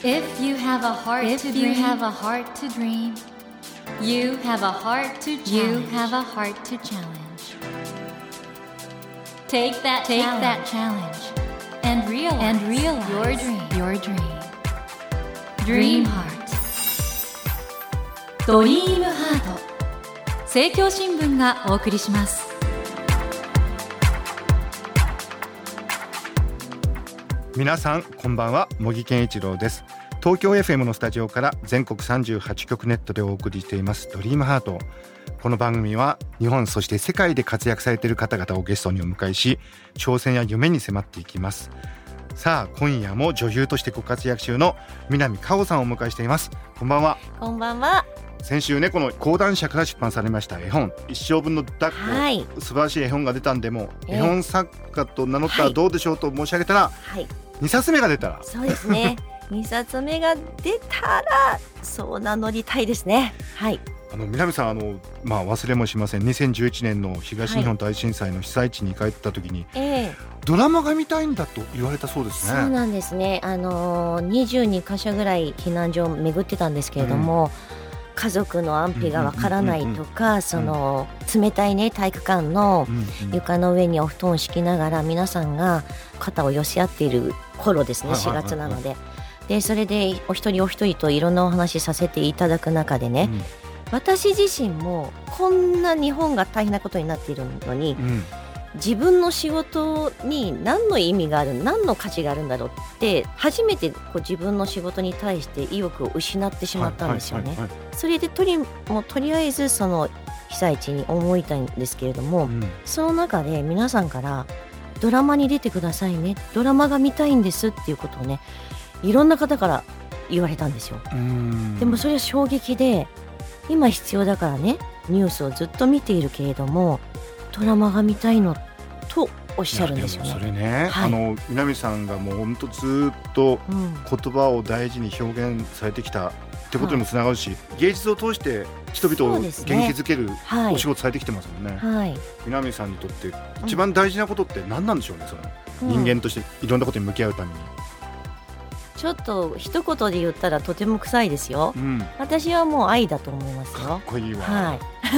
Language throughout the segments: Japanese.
If you have a heart to dream, you have a heart to dream. You have a heart to challenge. You have a heart to challenge. Take that challenge and realize your dream. Dream Heart. ドリームハート。政教新聞がお送りします。 皆さんこんばんは、茂木健一郎です。東京 FM のスタジオから全国38局ネットでお送りしていますドリームハート。この番組は日本そして世界で活躍されている方々をゲストにお迎えし、挑戦や夢に迫っていきます。さあ今夜も女優としてご活躍中の南果歩さんをお迎えしています。こんばんは。 こんばんは。 先週ね、この講談社から出版されました絵本一生分の抱っこ、はい、素晴らしい絵本が出たんで、も絵本作家と名乗ったらどうでしょうと申し上げたら、2冊目が出たら、 そうですね2冊目が出たらそう名乗りたいですね。はい。 南さん忘れもしません。2011年の東日本大震災の被災地に帰った時に、ドラマが見たいんだと言われたそうですね。 そうなんですね。22カ所ぐらい避難所を巡ってたんですけれども、家族の安否がわからないとか、その冷たいね体育館の床の上にお布団を敷きながら皆さんが肩を寄せ合っている頃ですね。4月なので、でそれでお一人お一人といろんなお話させていただく中でね、私自身もこんな日本が大変なことになっているのに、自分の仕事に何の意味がある、何の価値があるんだろうって初めて自分の仕事に対して意欲を失ってしまったんですよね。それでとりあえずその被災地に思いたいんですけれども、その中で皆さんからドラマに出てくださいね、ドラマが見たいんですっていうことをね、いろんな方から言われたんですよ。でもそれは衝撃で、今必要だからねニュースをずっと見ているけれどもドラマが見たいのとおっしゃるんですよね。 それね、南さんがもう本当ずっと言葉を大事に表現されてきたってことにもつながるし、芸術を通して人々を元気づけるお仕事されてきてますもんね。南さんにとって一番大事なことって何なんでしょうね。その人間としていろんなことに向き合うために。 ちょっと一言で言ったらとても臭いですよ。私はもう愛だと思いますよ。 かっこいいわ。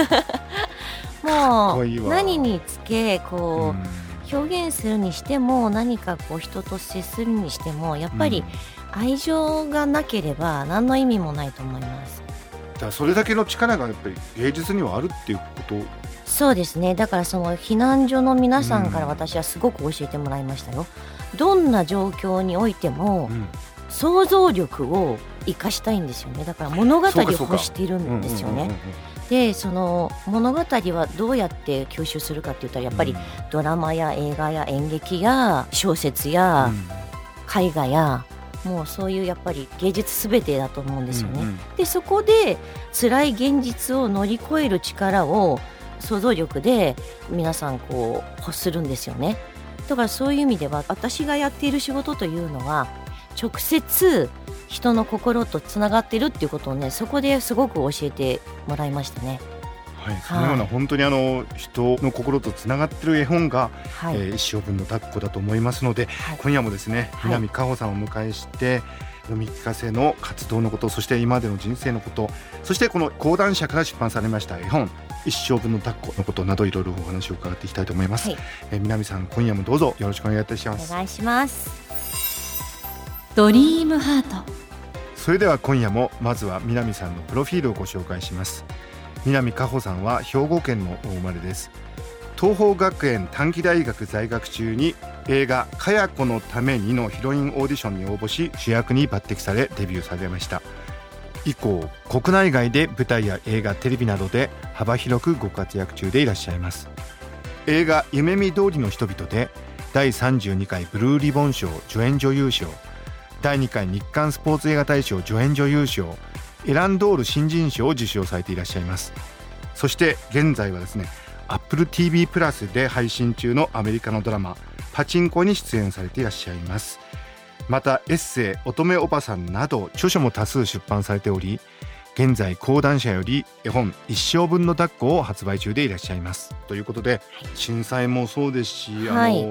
もう何につけ表現するにしても、何か人と接するにしてもやっぱり愛情がなければ何の意味もないと思います。 だからそれだけの力がやっぱり芸術にはあるっていうこと。 そうですね。だからその避難所の皆さんから私はすごく教えてもらいましたよ。どんな状況においても想像力を生かしたいんですよね。だから物語を欲しているんですよね。でその物語はどうやって吸収するかって言ったらやっぱりドラマや映画や演劇や小説や絵画やもうそういうやっぱり芸術すべてだと思うんですよね。でそこで辛い現実を乗り越える力を想像力で皆さん欲するんですよね。だからそういう意味では私がやっている仕事というのは直接人の心とつながっているっていうことをね、そこですごく教えてもらいましたね。 そのような本当に人の心とつながっている絵本が、一生分の抱っこだと思いますので、今夜もですね、南果歩さんをお迎えして読み聞かせの活動のこと、そして今までの人生のこと、そしてこの講談社から出版されました絵本一生分の抱っこのことなどいろいろお話を伺っていきたいと思います。南さん、今夜もどうぞよろしくお願いいたします。 お願いします。 ドリームハート。 それでは今夜もまずは南さんのプロフィールをご紹介します。南果歩さんは兵庫県のお生まれです。東邦学園短期大学在学中に映画「かや子のために」のヒロインオーディションに応募し主役に抜擢されデビューされました。以降国内外で舞台や映画テレビなどで幅広くご活躍中でいらっしゃいます。映画夢見通りの人々で第32回ブルーリボン賞助演女優賞、第2回日刊スポーツ映画大賞助演女優賞、エランドール新人賞を受賞されていらっしゃいます。そして現在はですね、Apple TV プラスで配信中のアメリカのドラマパチンコに出演されていらっしゃいます。またエッセイ乙女おばさんなど著書も多数出版されており、現在講談社より絵本一生分の抱っこを発売中でいらっしゃいます。ということで、震災もそうですし、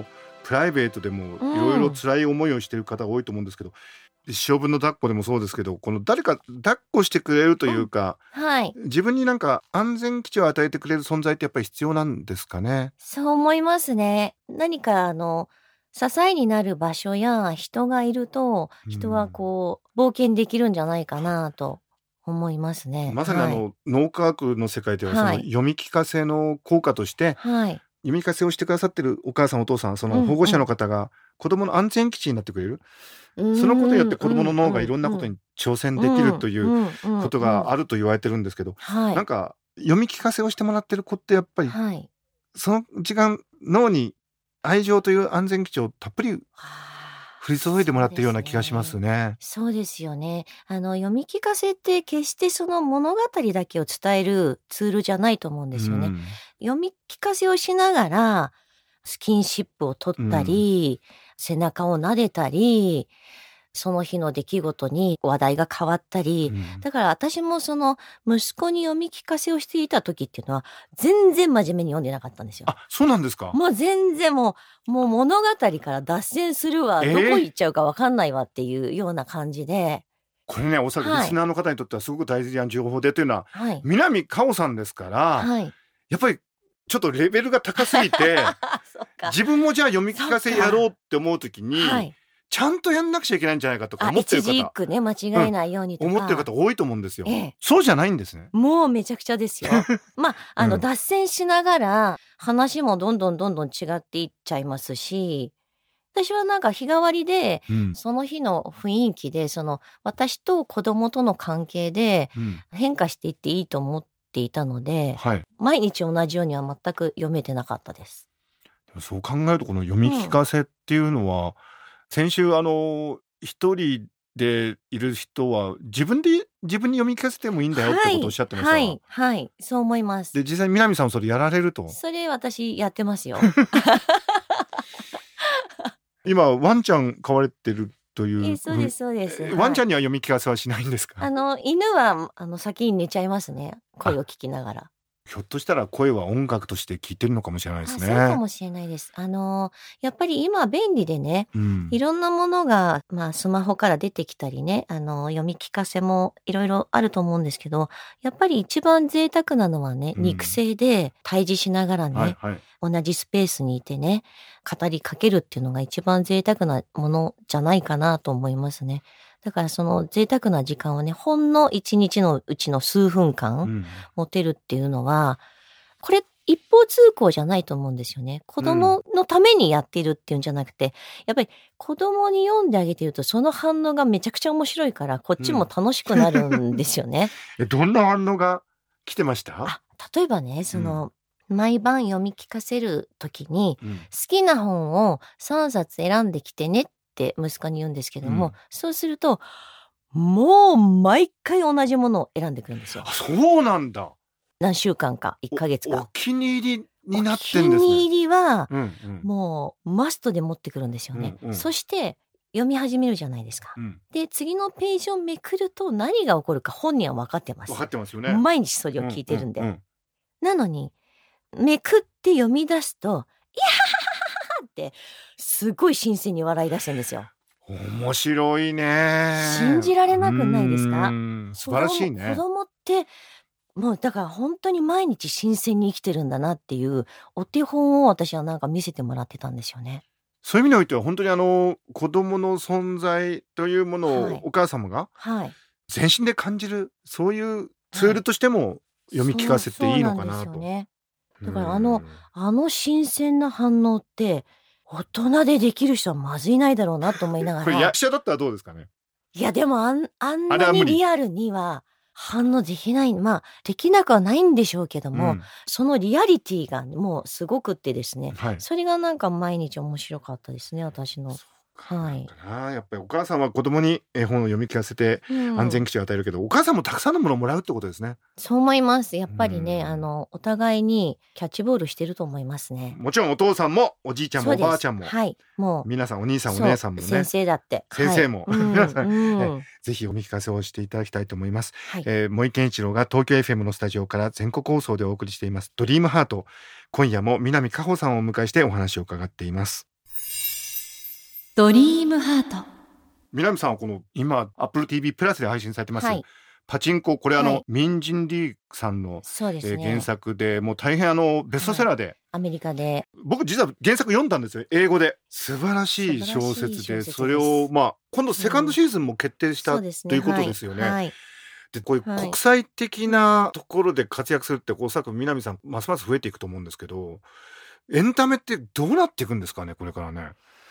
プライベートでもいろいろ辛い思いをしている方が多いと思うんですけど、一生分の抱っこでもそうですけど、この誰か抱っこしてくれるというか、 はい、 自分になんか安全基地を与えてくれる存在ってやっぱり必要なんですかね。 そう思いますね。何か支えになる場所や人がいると、人はこう冒険できるんじゃないかなと思いますね。 まさに脳科学の世界ではその読み聞かせの効果として、 はい、 読み聞かせをしてくださってるお母さんお父さん、その保護者の方が子供の安全基地になってくれる、そのことによって子供の脳がいろんなことに挑戦できるということがあると言われてるんですけど、なんか読み聞かせをしてもらってる子ってやっぱり、その時間脳に愛情という安全基地をたっぷり降り注いでもらってるような気がしますね。 そうですよね。読み聞かせって決してその物語だけを伝えるツールじゃないと思うんですよね。読み聞かせをしながらスキンシップを取ったり、背中を撫でたり、その日の出来事に話題が変わったり、だから私もその息子に読み聞かせをしていた時っていうのは全然真面目に読んでなかったんですよ。 あ、そうなんですか。 もう全然もう物語から脱線するわ、どこ行っちゃうか分かんないわっていうような感じで。 これね、おそらくリスナーの方にとってはすごく大事な情報でというのは、南果歩さんですから、やっぱりちょっとレベルが高すぎて自分もじゃあ読み聞かせやろうって思うときに、ちゃんとやんなくちゃいけないんじゃないかとか思ってる方、 一字一句ね、間違えないようにとか、 思ってる方多いと思うんですよ。そうじゃないんですね。 もうめちゃくちゃですよ。脱線しながら話もどんどん違っていっちゃいますし、私はなんか日替わりで、その日の雰囲気で、その私と子供との関係で変化していっていいと思っていたので、毎日同じようには全く読めてなかったです。 そう考えるとこの読み聞かせっていうのは、先週一人でいる人は自分に読み聞かせてもいいんだよってことをおっしゃってました。 はい、そう思います。 で、実際南さんそれやられると。 それ私やってますよ。 今ワンちゃん飼われてるという。 そうですそうです。 ワンちゃんには読み聞かせはしないんですか。 犬は先に寝ちゃいますね、声を聞きながら。 ひょっとしたら声は音楽として聞いてるのかもしれないですね。 そうかもしれないです。やっぱり今便利でね、いろんなものが、スマホから出てきたりね、読み聞かせもいろいろあると思うんですけど、やっぱり一番贅沢なのはね、肉声で対峙しながらね、同じスペースにいてね、語りかけるっていうのが一番贅沢なものじゃないかなと思いますね。だからその贅沢な時間をね、ほんの一日のうちの数分間持てるっていうのは、これ一方通行じゃないと思うんですよね。子供のためにやっているっていうんじゃなくて、やっぱり子供に読んであげてるとその反応がめちゃくちゃ面白いから、こっちも楽しくなるんですよね。 どんな反応が来てました？ 例えばね、毎晩読み聞かせるときに、好きな本を3冊選んできてねって息子に言うんですけども、そうするともう毎回同じものを選んでくるんですよ。 そうなんだ。 何週間か1ヶ月か。 お気に入りになってんですね。 お気に入りはもうマストで持ってくるんですよね。そして読み始めるじゃないですか。で、次のページをめくると何が起こるか本人は分かってます。 分かってますよね。 毎日それを聞いてるんで。なのにめくって読み出すと、いやはははってすごい新鮮に笑い出すんですよ。 面白いね。 信じられなくないですか？ 素晴らしいね。 子供ってもうだから本当に毎日新鮮に生きてるんだなっていうお手本を私はなんか見せてもらってたんですよね。 そういう意味においては本当に子供の存在というものをお母様が全身で感じる、そういうツールとしても読み聞かせていいのかなと。 だからあの新鮮な反応って大人でできる人はまずいないだろうなと思いながら。 これ役者だったらどうですかね。 いやでもあんなにリアルには反応できない、できなくはないんでしょうけども、そのリアリティがもうすごくってですね、それがなんか毎日面白かったですね、私の。 やっぱりお母さんは子供に絵本を読み聞かせて安全基地を与えるけど、お母さんもたくさんのものをもらうってことですね。 そう思います。やっぱりね、お互いにキャッチボールしてると思いますね。 もちろんお父さんもおじいちゃんもおばあちゃんも、 もう皆さんお兄さんお姉さんもね、 先生だって先生も、皆さん、ぜひ読み聞かせをしていただきたいと思います。森健一郎が東京 FM のスタジオから全国放送でお送りしていますドリームハート。今夜も南果歩さんをお迎えしてお話を伺っています。 ドリームハート。 南さんはこの今 Apple TV プラスで配信されてます、 はいパチンコ、これはいミンジン・リーさんの、 そうですね、 原作でもう大変ベストセラーで、 アメリカで僕実は原作読んだんですよ、英語で。素晴らしい小説で、 素晴らしい小説です。 それを今度セカンドシーズンも決定した、 そうですね、 ということですよね、 はい、 でこういうはい国際的なところで活躍するっておそらく南さんますます増えていくと思うんですけど、エンタメってどうなっていくんですかね、これからね。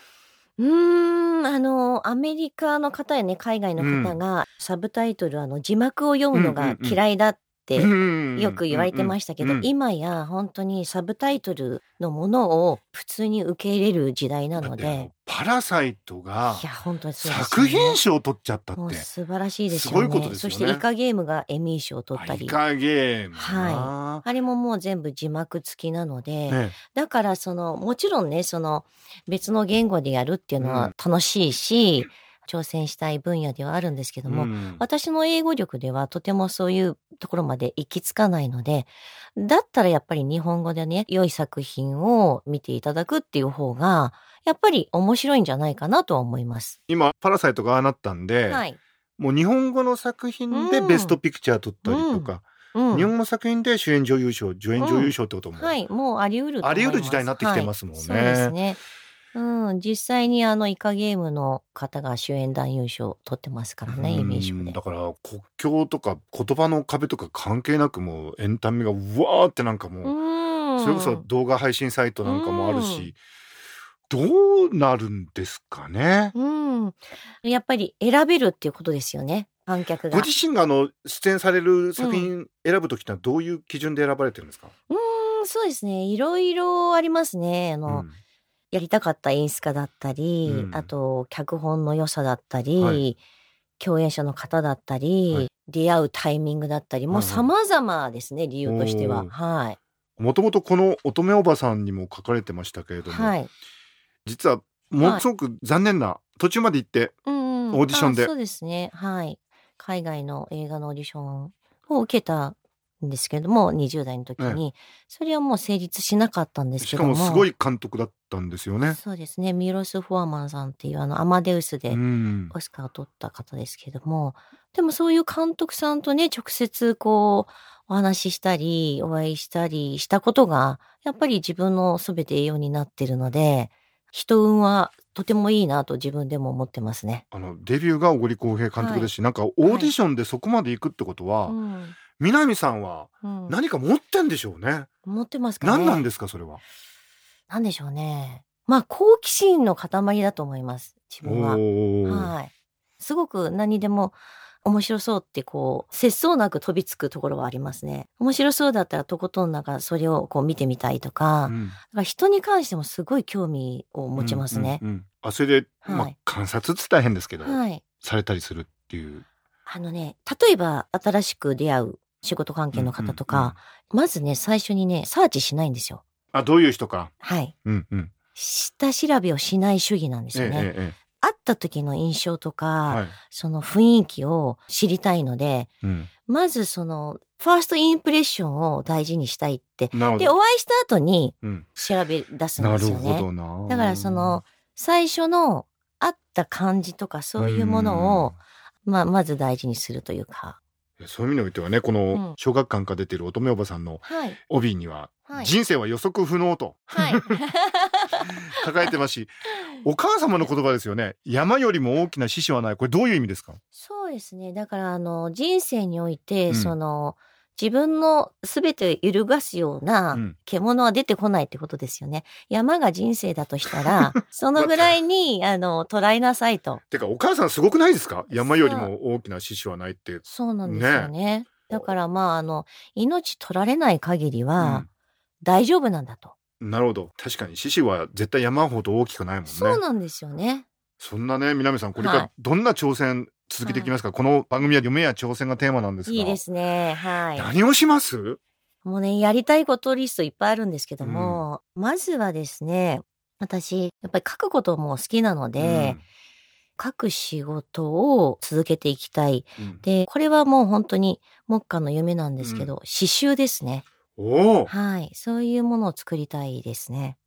アメリカの方やね、海外の方がサブタイトル字幕を読むのが嫌いだってよく言われてましたけど、今や本当にサブタイトルのものを普通に受け入れる時代なので、 パラサイトがいや本当にそうですよね、 作品賞を取っちゃったもうって素晴らしいですよね。 すごいことですよね。 そしてイカゲームがエミー賞を取ったり、 イカゲームはい、あれももう全部字幕付きなので、 ね、 だからもちろんね、別の言語でやるっていうのは楽しいし、挑戦したい分野ではあるんですけども、私の英語力ではとてもそういうところまで行き着かないので、だったらやっぱり日本語でね、良い作品を見ていただくっていう方がやっぱり面白いんじゃないかなとは思います。 今パラサイトがああなったんで、 はい、 もう日本語の作品でベストピクチャー取ったりとか、日本語の作品で主演女優賞ってことも、 はい、もうあり得ると思います。 あり得る時代になってきてますもんね、 そうですね、実際にイカゲームの方が主演男優賞を取ってますからね、エミー賞で。 だから国境とか言葉の壁とか関係なく、もうエンタメがうわーってなんかもう、それこそ動画配信サイトなんかもあるし、どうなるんですかね。 やっぱり選べるっていうことですよね、観客が。 ご自身が出演される作品選ぶときってのはどういう基準で選ばれてるんですか？ そうですね、いろいろありますね。やりたかった演出家だったり、あと脚本の良さだったり、共演者の方だったり、出会うタイミングだったり、もう様々ですね、理由としては。 もともとこの乙女おばさんにも書かれてましたけれども、実はものすごく残念な、途中まで行ってオーディションで、 そうですね、海外の映画のオーディションを受けたんですけども、20代の時に、それはもう成立しなかったんですけども、 しかもすごい監督だったんですよね。 そうですね、ミロス・フォアマンさんっていうアマデウスでオスカーを取った方ですけども、でもそういう監督さんとね、直接お話ししたりお会いしたりしたことがやっぱり自分の全て栄養になってるので、人運はとてもいいなと自分でも思ってますね。 デビューが小栗浩平監督ですし、なんかオーディションでそこまで行くってことは、南さんは何か持ってんでしょうね。 持ってますかね。 何なんですか、それは。 何でしょうね。好奇心の塊だと思います、自分は。すごく何でも面白そうって節操なく飛びつくところはありますね。面白そうだったらとことんそれを見てみたいとか、だから人に関してもすごい興味を持ちますね。 それで、観察って大変ですけど、されたりするっていう。 例えば新しく出会う仕事関係の方とか、まずね、最初にね、サーチしないんですよ。 どういう人か。 下調べをしない主義なんですよね。会った時の印象とか、その雰囲気を知りたいので、まずファーストインプレッションを大事にしたいって。で、お会いした後に調べ出すんですよね。 なるほどな。 だから最初の会った感じとかそういうものを、まず大事にするというか。 そういう意味においてはね、この小学館から出てる乙女おばさんの帯には、人生は予測不能と書かれてますし、お母様の言葉ですよね。山よりも大きな獅子はない。これどういう意味ですか？ そうですね。だから人生において、自分の全てを揺るがすような獣は出てこないってことですよね。山が人生だとしたら、そのぐらいに捉えなさいと。 てかお母さんすごくないですか？山よりも大きな獅子はないって。 そうなんですよね。だから命取られない限りは大丈夫なんだと。 なるほど。確かに獅子は絶対山ほど大きくないもんね。 そうなんですよね。 そんなね、南さん、これからどんな挑戦続けていきますか？この番組は夢や挑戦がテーマなんですが。 いいですね。 何をします？ もうね、やりたいことリストいっぱいあるんですけども、まずはですね、私やっぱり書くことも好きなので、書く仕事を続けていきたい。で、これはもう本当に目下の夢なんですけど、詩集ですね。そういうものを作りたいですね。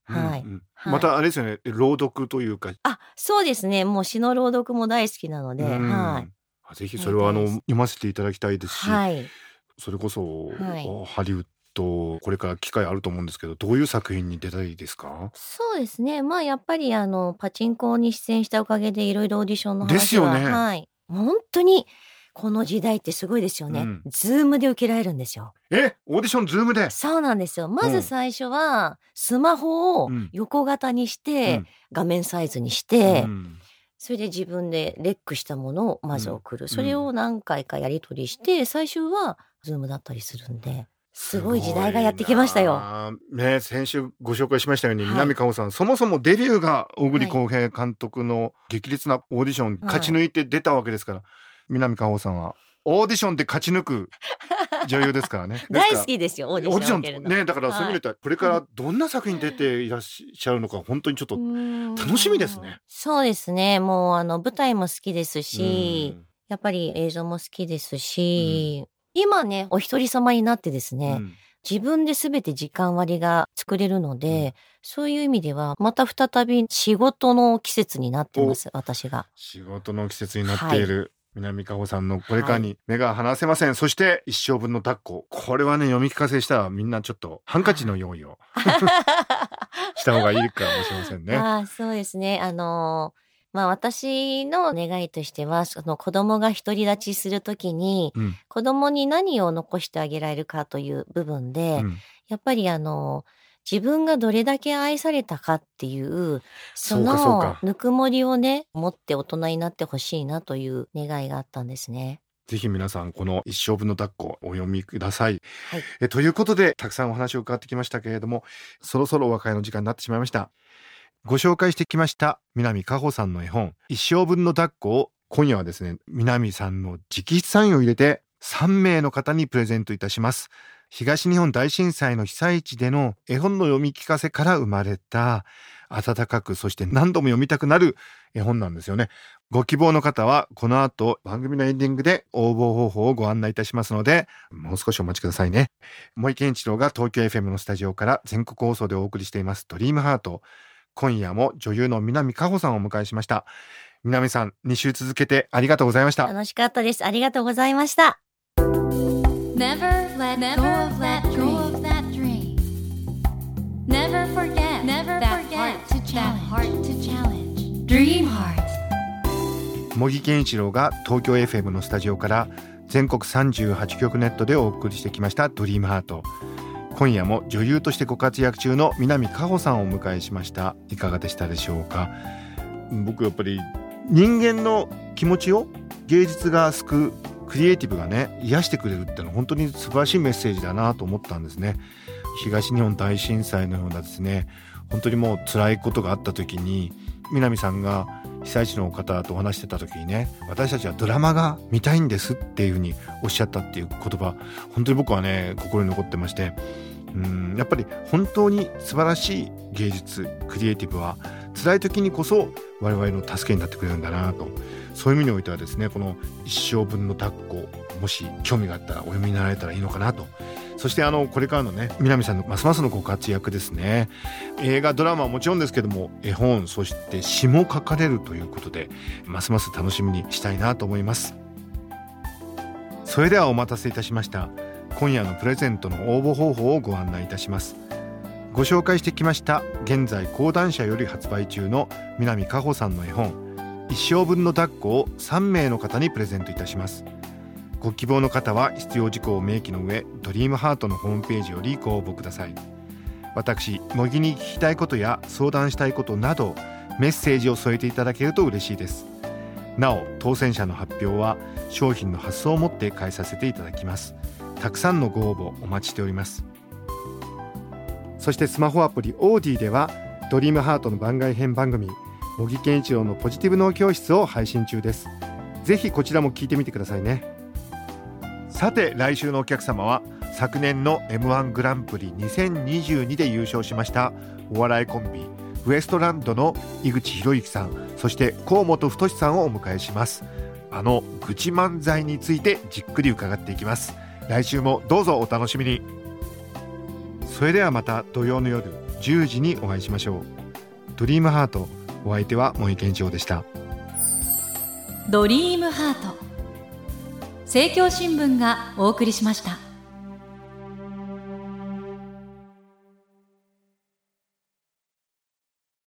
はい、はい、 またあれですよね、朗読というか。 そうですね、もう詩の朗読も大好きなので、はい、 ぜひそれは読ませていただきたいですし、 はい、 それこそ、 はい、 ハリウッドこれから機会あると思うんですけど、どういう作品に出たいですか？ そうですね、やっぱりパチンコに出演したおかげでいろいろオーディションのです話は、 よね。 はい、本当にこの時代ってすごいですよね、ズームで受けられるんですよ。 オーディションズームで。 そうなんですよ。まず最初はスマホを横型にして、画面サイズにして、それで自分でレックしたものをまず送る、それを何回かやり取りして最終はズームだったりするんで、すごい時代がやってきましたよ。 ね、先週ご紹介しましたように、南果歩さん、そもそもデビューが小栗浩平監督の激烈なオーディション勝ち抜いて出たわけですから、南果歩さんはオーディションで勝ち抜く女優ですからね。 大好きですよ、オーディション受けるの。 ね、だからそういう意味ではこれからどんな作品に出ていらっしゃるのか本当にちょっと楽しみですね。 そうですね、もう舞台も好きですし、やっぱり映像も好きですし、今ねお一人様になってですね、自分で全て時間割が作れるので、そういう意味ではまた再び仕事の季節になってます。私が仕事の季節になっている、南果歩さんのこれからに目が離せません、そして一生分の抱っこ、これはね読み聞かせしたらみんなちょっとハンカチの用意をした方がいいかもしれませんね。 そうですね、私の願いとしては、その子供が独り立ちするときに、子供に何を残してあげられるかという部分で、やっぱり自分がどれだけ愛されたかっていうそのぬくもりをね持って大人になってほしいなという願いがあったんですね。 ぜひ皆さんこの一生分の抱っこお読みください、ということでたくさんお話を伺ってきましたけれども、そろそろお別れの時間になってしまいました。ご紹介してきました南果歩さんの絵本一生分の抱っこを今夜はですね、南さんの直筆サインを入れて3名の方にプレゼントいたします。東日本大震災の被災地での絵本の読み聞かせから生まれた温かく、そして何度も読みたくなる絵本なんですよね。ご希望の方はこの後番組のエンディングで応募方法をご案内いたしますので、もう少しお待ちくださいね。森健一郎が東京 FM のスタジオから全国放送でお送りしていますドリームハート。今夜も女優の南果歩さんをお迎えしました。南さん、2週続けてありがとうございました。 楽しかったです。ありがとうございました。 Never let go of that dream. Never forget that heart to challenge. Dream Heart. 茂木健一郎が東京 FM のスタジオから全国38局ネットでお送りしてきましたドリームハート。今夜も女優としてご活躍中の南果歩さんをお迎えしました。いかがでしたでしょうか。僕やっぱり人間の気持ちを芸術が救う、クリエイティブがね癒してくれるってのは本当に素晴らしいメッセージだなと思ったんですね。東日本大震災のようなですね、本当にもう辛いことがあった時に南さんが被災地の方とお話してた時にね、私たちはドラマが見たいんですっていうふうにおっしゃったっていう言葉、本当に僕はね心に残ってまして、やっぱり本当に素晴らしい芸術クリエイティブは辛い時にこそ我々の助けになってくれるんだなと、そういう意味においてはですね、この一生分の抱っこ、もし興味があったらお読みになられたらいいのかなと。そしてこれからのね南さんのますますのご活躍ですね。映画ドラマはもちろんですけども、絵本そして詩も書かれるということで、ますます楽しみにしたいなと思います。それではお待たせいたしました。今夜のプレゼントの応募方法をご案内いたします。ご紹介してきました現在講談社より発売中の南果歩さんの絵本一生分の抱っこを3名の方にプレゼントいたします。ご希望の方は必要事項を明記の上、ドリームハートのホームページよりご応募ください。私茂木に聞きたいことや相談したいことなどメッセージを添えていただけると嬉しいです。なお当選者の発表は商品の発送をもって返させていただきます。たくさんのご応募お待ちしております。そしてスマホアプリオーディではドリームハートの番外編番組茂木健一郎のポジティブ脳教室を配信中です。ぜひこちらも聞いてみてくださいね。さて来週のお客様は昨年の M1 グランプリ2022で優勝しましたお笑いコンビウエストランドの井口博之さん、そして河本太さんをお迎えします。愚痴漫才についてじっくり伺っていきます。来週もどうぞお楽しみに。それではまた土曜の夜 10時にお会いしましょう。ドリームハート、お相手は森健一郎でした。 ドリームハート、政教新聞がお送りしました。